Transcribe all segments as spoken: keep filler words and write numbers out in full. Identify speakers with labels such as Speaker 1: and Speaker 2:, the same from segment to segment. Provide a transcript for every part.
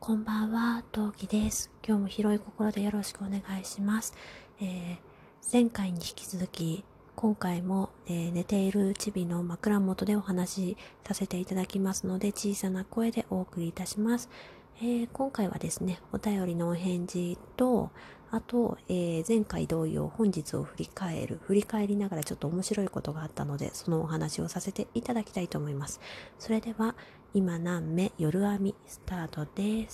Speaker 1: こんばんは、トウキです。今日も広い心でよろしくお願いします。えー、前回に引き続き、今回も、えー、寝ているチビの枕元でお話しさせていただきますので、小さな声でお送りいたします。えー、今回はですね、お便りのお返事と、あと、えー、前回同様本日を振り返る、振り返りながらちょっと面白いことがあったので、そのお話をさせていただきたいと思います。それでは、今何目夜編みスタートです。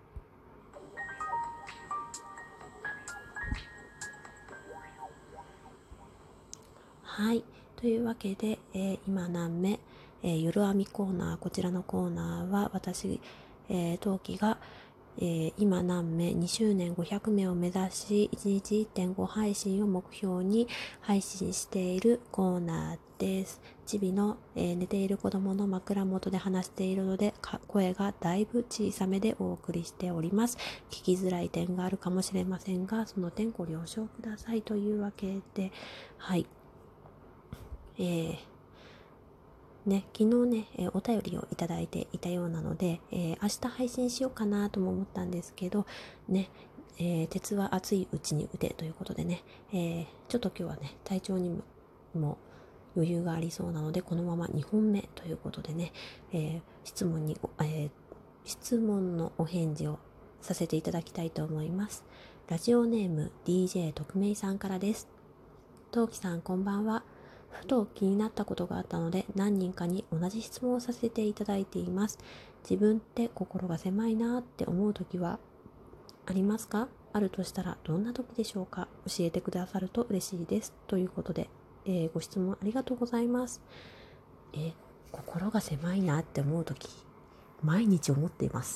Speaker 1: はい、というわけで、えー、今何目、えー、夜編みコーナー、こちらのコーナーは私、えー、陶器が、えー、今何目にしゅうねんごひゃくめを目指しいちにち いってんご 配信を目標に配信しているコーナーです。チビの、えー、寝ている子供の枕元で話しているので声がだいぶ小さめでお送りしております。聞きづらい点があるかもしれませんが、その点ご了承くださいというわけで、はい、えーね、昨日ね、えー、お便りをいただいていたようなので、えー、明日配信しようかなとも思ったんですけど、ね、えー、鉄は熱いうちに打てということでね、えー、ちょっと今日はね、体調にもも余裕がありそうなので、このままにほんめということでね、えー、質問に、えー、質問のお返事をさせていただきたいと思います。ラジオネーム ディージェー 特命さんからです。トウキさんこんばんは。ふと気になったことがあったので何人かに同じ質問をさせていただいています。自分って心が狭いなって思う時はありますか？あるとしたらどんな時でしょうか？教えてくださると嬉しいです。ということで、えー、ご質問ありがとうございます。えー、心が狭いなって思う時、毎日思っています。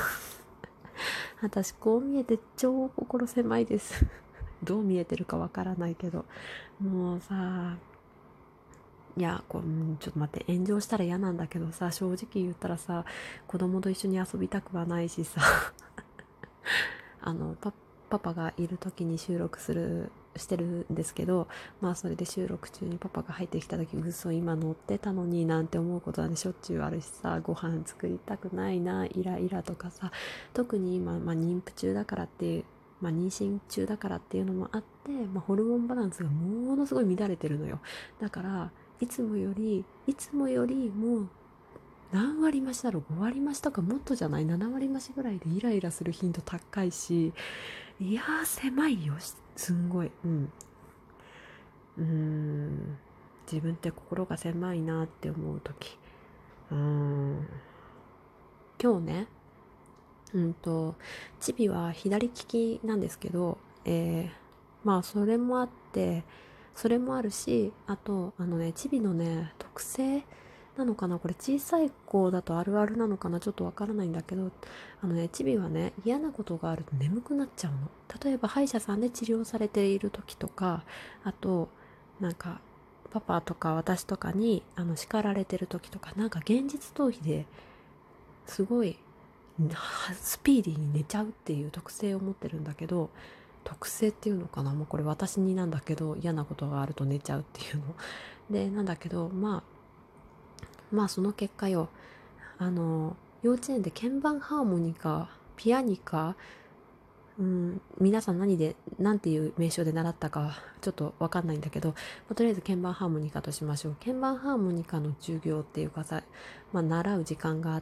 Speaker 1: 私こう見えて超心狭いです。どう見えてるかわからないけど、もうさ、いやこうちょっと待って、炎上したら嫌なんだけどさ、正直言ったらさ、子供と一緒に遊びたくはないしさあの パ, パパがいる時に収録するしてるんですけど、まあそれで収録中にパパが入ってきた時、嘘今乗ってたのになんて思うことはねしょっちゅうあるしさ、ご飯作りたくないな、イライラとかさ、特に今、まあ、妊婦中だからっていう、まあ、妊娠中だからっていうのもあって、まあ、ホルモンバランスがものすごい乱れてるのよ。だからいつもよりいつもよりもう何割増しだろう、ご割増しとかもっとじゃない、なな割増しぐらいでイライラする頻度高いし、いやー狭いよ、すんごい。うんうーん自分って心が狭いなって思う時、うーん今日ね、うんとチビは左利きなんですけど、えー、まあそれもあってそれもあるし、あとあのね、チビのね特性なのかな、これ小さい子だとあるあるなのかな、ちょっとわからないんだけど、あのね、チビはね、嫌なことがあると眠くなっちゃうの。例えば歯医者さんで治療されている時とか、あとなんかパパとか私とかにあの叱られてる時とか、なんか現実逃避ですごいスピーディーに寝ちゃうっていう特性を持ってるんだけど、特性っていうのかな、もうこれ私になんだけど、嫌なことがあると寝ちゃうっていうのでなんだけど、まあまあその結果よ、あの幼稚園で鍵盤ハーモニカ、ピアニカ、うん、皆さん何で何ていう名称で習ったかちょっと分かんないんだけど、まあ、とりあえず鍵盤ハーモニカとしましょう。鍵盤ハーモニカの授業っていうかさ、まあ、習う時間があって、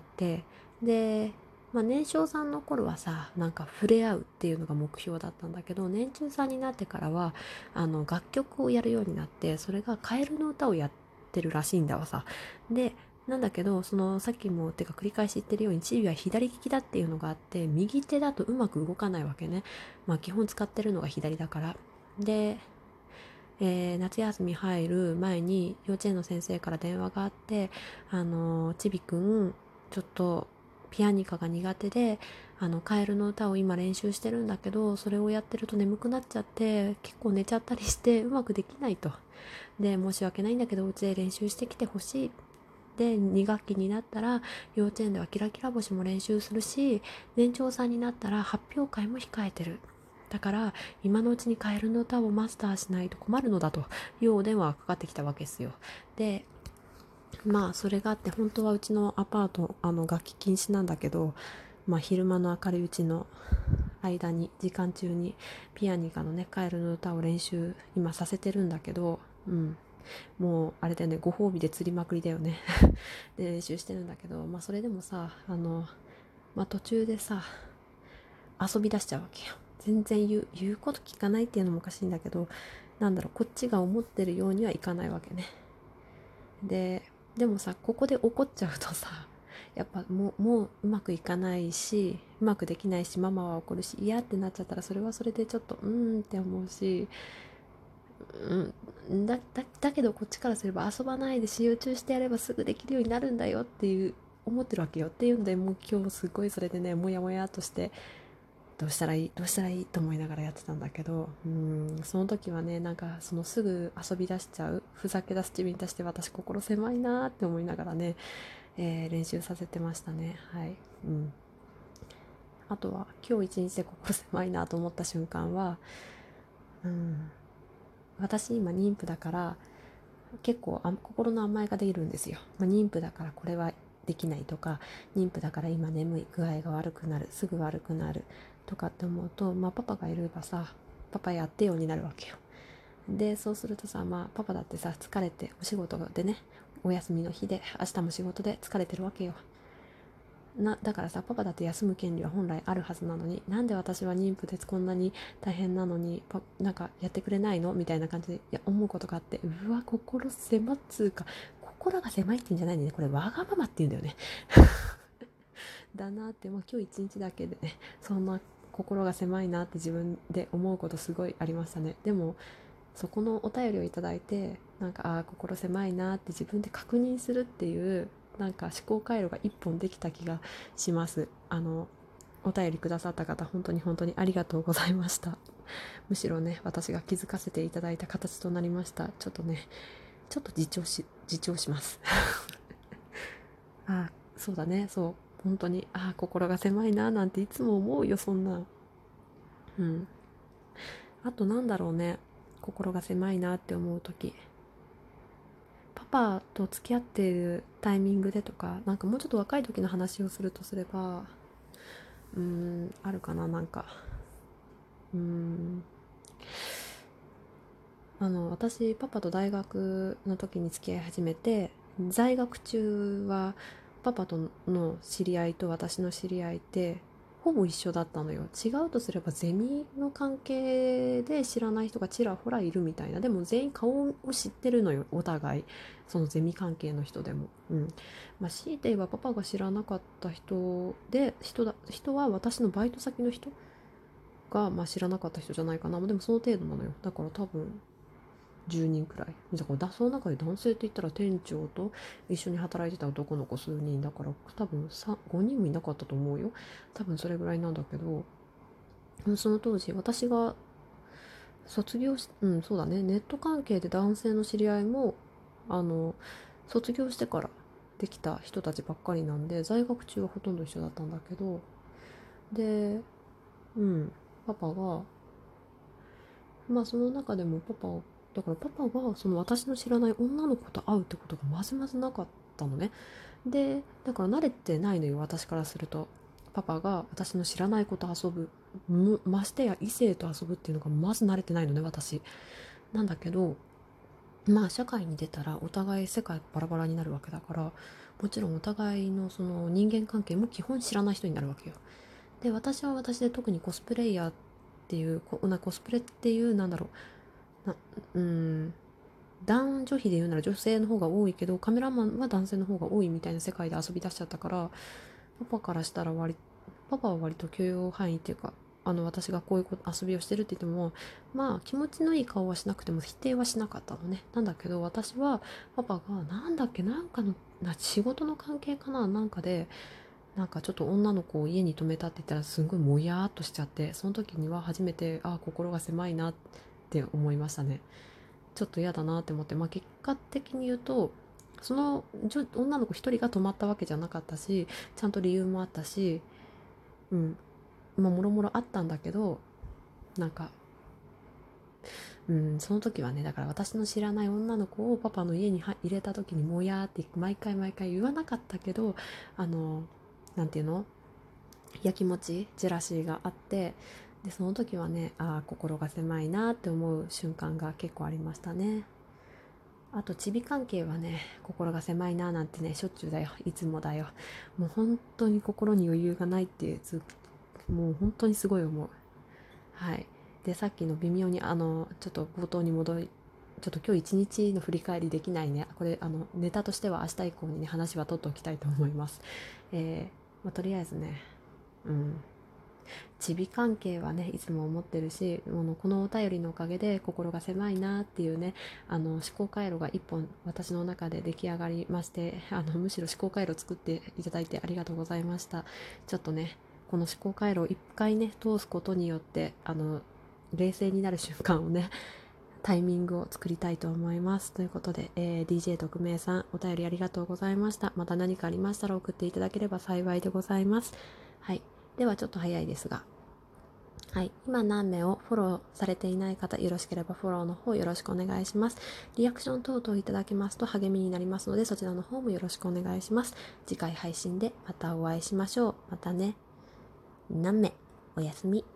Speaker 1: で、まあ、年少さんの頃はさ、なんか触れ合うっていうのが目標だったんだけど、年中さんになってからはあの楽曲をやるようになって、それがカエルの歌をやってるらしいんだわさ。でなんだけど、そのさっきもてか繰り返し言ってるように、チビは左利きだっていうのがあって、右手だとうまく動かないわけね。まあ基本使ってるのが左だから。で、えー、夏休み入る前に幼稚園の先生から電話があって、あのちびくんちょっとピアニカが苦手で、あのカエルの歌を今練習してるんだけど、それをやってると眠くなっちゃって結構寝ちゃったりしてうまくできないと。で申し訳ないんだけど、うちで練習してきてほしい。でに学期になったら幼稚園ではキラキラ星も練習するし、年長さんになったら発表会も控えてる。だから今のうちにカエルの歌をマスターしないと困るのだというお電話がかかってきたわけですよ。でまあそれがあって、本当はうちのアパートあの楽器禁止なんだけど、 まあ昼間の明るいうちの間に時間中にピアニカのねカエルの歌を練習今させてるんだけど、うん、もうあれだよね、ご褒美で釣りまくりだよねで練習してるんだけど、まあそれでもさ、あの、まあ、途中でさ遊び出しちゃうわけよ。全然言う、言うこと聞かないっていうのもおかしいんだけど、なんだろう、こっちが思ってるようにはいかないわけね。ででもさ、ここで怒っちゃうとさ、やっぱもうもううまくいかないし、うまくできないし、ママは怒るし、嫌ってなっちゃったら、それはそれでちょっとうーんって思うし、うん、だだだけどこっちからすれば、遊ばないで集中してやればすぐできるようになるんだよっていう思ってるわけよ。っていうんで、もう今日すごいそれでね、もやもやっとして、どうしたらいいどうしたらいいと思いながらやってたんだけど、うん、その時はね、なんかそのすぐ遊び出しちゃう、ふざけ出す自分に対して私心狭いなって思いながらね、えー練習させてましたね。はい、うん。あとは今日一日で心狭いなと思った瞬間は、うん、私今妊婦だから結構あ心の甘えが出るんですよ。まあ、妊婦だからこれはできないとか、妊婦だから今眠い、具合が悪くなる、すぐ悪くなるとかって思うと、まあ、パパがいればさ、パパやってよになるわけよ。でそうするとさ、まあ、パパだってさ、疲れてお仕事でね、お休みの日で明日も仕事で疲れてるわけよ。なだからさ、パパだって休む権利は本来あるはずなのに、なんで私は妊婦でこんなに大変なのにパなんかやってくれないのみたいな感じで、いや思うことがあって、うわ心狭っつうか、心が狭いって言うんじゃないんだね、これわがままって言うんだよねだなって、もう今日一日だけでね、そんな心が狭いなって自分で思うことすごいありましたね。でもそこのお便りをいただいて、なんかああ心狭いなって自分で確認するっていう、なんか思考回路が一本できた気がします。あのお便りくださった方、本当に本当にありがとうございました。むしろね、私が気づかせていただいた形となりました。ちょっとね、ちょっと自重し自重しますああそうだね、そう本当に、ああ心が狭いななんていつも思うよ、そんな。うん。あとなんだろうね、心が狭いなって思う時、パパと付き合っているタイミングでとか、なんかもうちょっと若い時の話をするとすれば、うーんあるかな。なんかうーんあの私パパと大学の時に付き合い始めて、在学中はパパとの知り合いと私の知り合いってほぼ一緒だったのよ。違うとすればゼミの関係で知らない人がちらほらいるみたいな。でも全員顔を知ってるのよ、お互い。そのゼミ関係の人でも、うんまあ、強いて言えばパパが知らなかった人で、人だ人は私のバイト先の人が、まあ、知らなかった人じゃないかな。でもその程度なのよ。だから多分じゅうにんくらいだから、その中で男性って言ったら店長と一緒に働いてた男の子数人だから、多分ごにんもいなかったと思うよ。多分それぐらいなんだけど、その当時私が卒業し、うんそうだね、ネット関係で男性の知り合いもあの卒業してからできた人たちばっかりなんで、在学中はほとんど一緒だったんだけど、でうんパパが、まあその中でもパパだからパパがその私の知らない女の子と会うってことがまずまずなかったのね。でだから慣れてないのよ、私からすると。パパが私の知らない子と遊ぶ、ましてや異性と遊ぶっていうのがまず慣れてないのね、私。なんだけど、まあ社会に出たらお互い世界バラバラになるわけだから、もちろんお互いのその人間関係も基本知らない人になるわけよ。で私は私で、特にコスプレイヤーっていうこなコスプレっていう、なんだろうな、うん男女比で言うなら女性の方が多いけど、カメラマンは男性の方が多いみたいな世界で遊び出しちゃったから、パパからしたら割パパは割と許容範囲っていうか、あの私がこういうこと遊びをしてるって言っても、まあ気持ちのいい顔はしなくても否定はしなかったのね。なんだけど私は、パパがなんだっけ、なんかのな仕事の関係かな、なんかでなんかちょっと女の子を家に泊めたって言ったら、すんごいもやーっとしちゃって、その時には初めて、ああ心が狭いなって思いましたね。ちょっと嫌だなって思って、まあ、結果的に言うと、その女の子一人が泊まったわけじゃなかったし、ちゃんと理由もあったし、うんまあもろもろあったんだけど、なんか、うん、その時はね、だから私の知らない女の子をパパの家に入れた時にもやーって毎回毎回言わなかったけど、あのなんていうの、 やきもちジェラシーがあって、でその時はね、ああ心が狭いなって思う瞬間が結構ありましたね。あとチビ関係はね、心が狭いななんてね、しょっちゅうだよ、いつもだよ。もう本当に心に余裕がないってずもう本当にすごい思う。はい。でさっきの微妙にあのちょっと冒頭に戻り、ちょっと今日一日の振り返りできないね。これあのネタとしては明日以降にね話は取っておきたいと思います。えーまあ、とりあえずね、うんチビ関係はねいつも思ってるし、あのこのお便りのおかげで心が狭いなっていうね、あの思考回路が一本私の中で出来上がりまして、あのむしろ思考回路作っていただいてありがとうございました。ちょっとねこの思考回路を一回ね通すことによって、あの冷静になる瞬間をね、タイミングを作りたいと思います。ということで、えー、ディージェー 特命さんお便りありがとうございました。また何かありましたら送っていただければ幸いでございます。はい、ではちょっと早いですが、はい、今何名をフォローされていない方、よろしければフォローの方よろしくお願いします。リアクション等々いただけますと励みになりますので、そちらの方もよろしくお願いします。次回配信でまたお会いしましょう。またね。何名おやすみ。